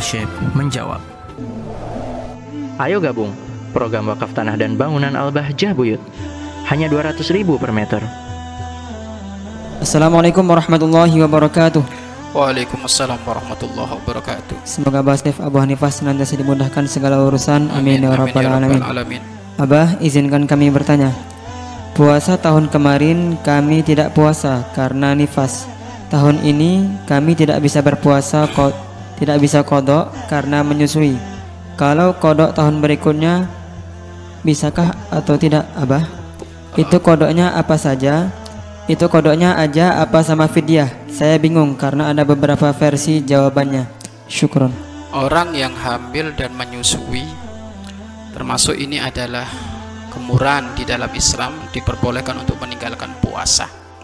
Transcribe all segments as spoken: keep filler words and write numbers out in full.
Syekh menjawab. Ayo gabung program wakaf tanah dan bangunan Al-Bahjah Buyut. Hanya dua ratus ribu per meter. Assalamualaikum warahmatullahi wabarakatuh. Waalaikumsalam warahmatullahi wabarakatuh. Semoga Abah Stef Abu Hanifah senantiasa dimudahkan segala urusan. Amin, amin ya rabbal alamin. alamin. Abah, izinkan kami bertanya. Puasa tahun kemarin kami tidak puasa karena nifas. Tahun ini kami tidak bisa berpuasa, ko tidak bisa kodok karena menyusui. Kalau kodok tahun berikutnya bisakah atau tidak, Abah? Itu kodoknya apa saja? Itu kodoknya aja apa sama fidyah? Saya bingung karena ada beberapa versi jawabannya. Syukron. Orang yang hamil dan menyusui, termasuk ini adalah kemurahan di dalam Islam, diperbolehkan untuk meninggalkan puasa.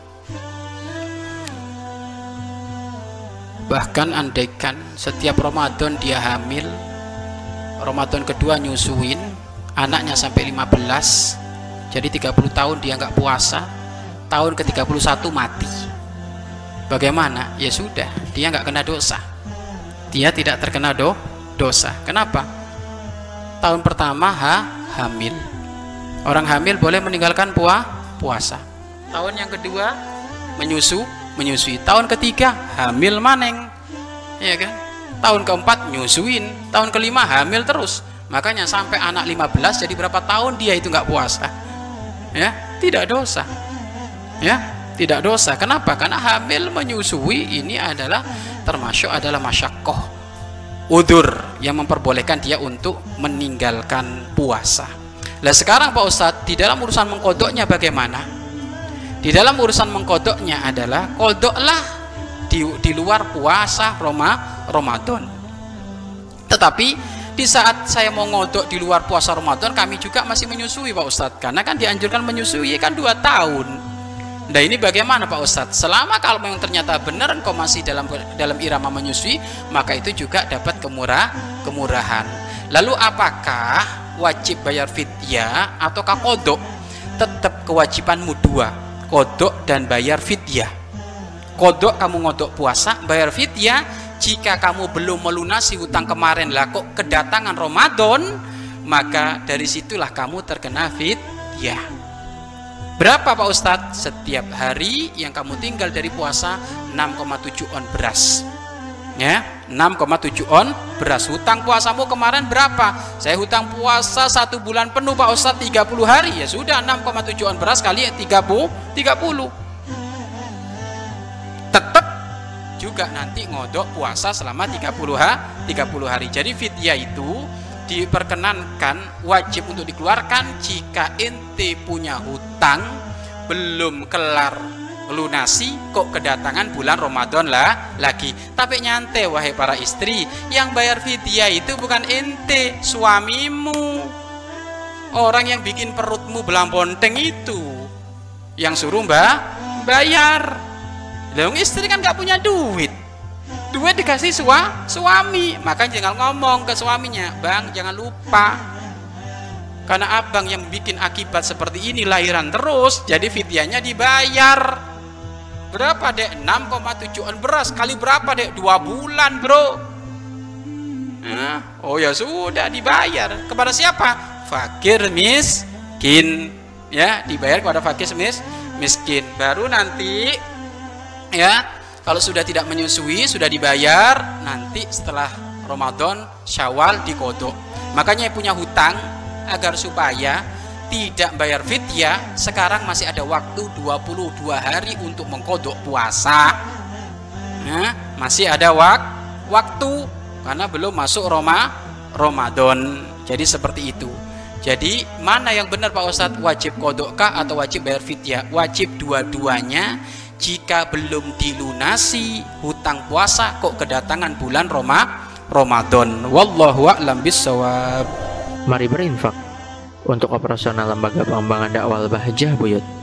Bahkan andaikan setiap Ramadan dia hamil, Ramadan kedua nyusuin, anaknya sampai lima belas, jadi tiga puluh tahun dia nggak puasa, tahun ke tiga puluh satu mati. Bagaimana? Ya sudah, dia nggak kena dosa. Dia tidak terkena do dosa. Kenapa? Tahun pertama ha, hamil. Orang hamil boleh meninggalkan puah, puasa. Tahun yang kedua menyusu, menyusui. Tahun ketiga hamil maneng. Ya kan? Tahun keempat nyusuin, tahun kelima hamil terus. Makanya sampai anak lima belas, jadi berapa tahun dia itu nggak puasa? Ya, tidak dosa. Ya, tidak dosa. Kenapa? Karena hamil menyusui ini adalah termasuk adalah masyakoh, udur yang memperbolehkan dia untuk meninggalkan puasa. Nah sekarang Pak Ustadz, di dalam urusan mengkodoknya bagaimana? Di dalam urusan mengkodoknya adalah kodoklah di, di luar puasa Roma, Ramadan. Tetapi di saat saya mau ngodok di luar puasa Ramadan, kami juga masih menyusui Pak Ustadz, karena kan dianjurkan menyusui kan dua tahun. Nah ini bagaimana Pak Ustadz? Selama kalau memang ternyata benar engkau masih dalam dalam irama menyusui, maka itu juga dapat kemurah kemurahan. Lalu apakah wajib bayar fidyah ataukah kodok? Tetap kewajibanmu dua, kodok dan bayar fidyah. Kodok kamu ngodok puasa, bayar fidyah. Jika kamu belum melunasi hutang kemarin, lah kok kedatangan Ramadan, maka dari situlah kamu terkena fidyah. Berapa Pak Ustadz? Setiap hari yang kamu tinggal dari puasa enam koma tujuh on beras. Ya, enam koma tujuh on beras. Hutang puasamu kemarin berapa? Saya hutang puasa satu bulan penuh Pak Ustadz, tiga puluh hari. Ya sudah, enam koma tujuh on beras kali tiga puluh. Tetap juga nanti ngodok puasa selama tiga puluh hari. Jadi fidyah itu diperkenankan, wajib untuk dikeluarkan jika ente punya hutang belum kelar lunasi, kok kedatangan bulan Ramadan lah lagi. Tapi nyantai wahai para istri, yang bayar fidyah itu bukan ente, suamimu. Orang yang bikin perutmu belamponteng itu yang suruh mbak bayar. Dong istri kan nggak punya duit, duit dikasih sua, suami, maka jangan ngomong ke suaminya, bang jangan lupa, karena abang yang bikin akibat seperti ini lahiran terus, jadi fidyahnya dibayar. Berapa dek? enam koma tujuh on beras kali berapa dek? Dua bulan bro. Nah, oh ya sudah dibayar. Kepada siapa? Fakir miskin. Ya, dibayar kepada fakir mis miskin. Baru nanti ya, kalau sudah tidak menyusui, sudah dibayar, nanti setelah Ramadan, Syawal dikodok. Makanya yang punya hutang, agar supaya tidak bayar fidyah, sekarang masih ada waktu dua puluh dua hari untuk mengkodok puasa. Nah, masih ada wak waktu, karena belum masuk Roma, Ramadan. Jadi seperti itu. Jadi mana yang benar Pak Ustadz? Wajib kodokkah atau wajib bayar fidyah? Wajib dua-duanya. Jika belum dilunasi hutang puasa, kok kedatangan bulan Roma, Ramadan. Wallahu a'lam bishawab. Mari berinfak untuk operasional lembaga pengembangan dakwah Al-Bahjah Buyut.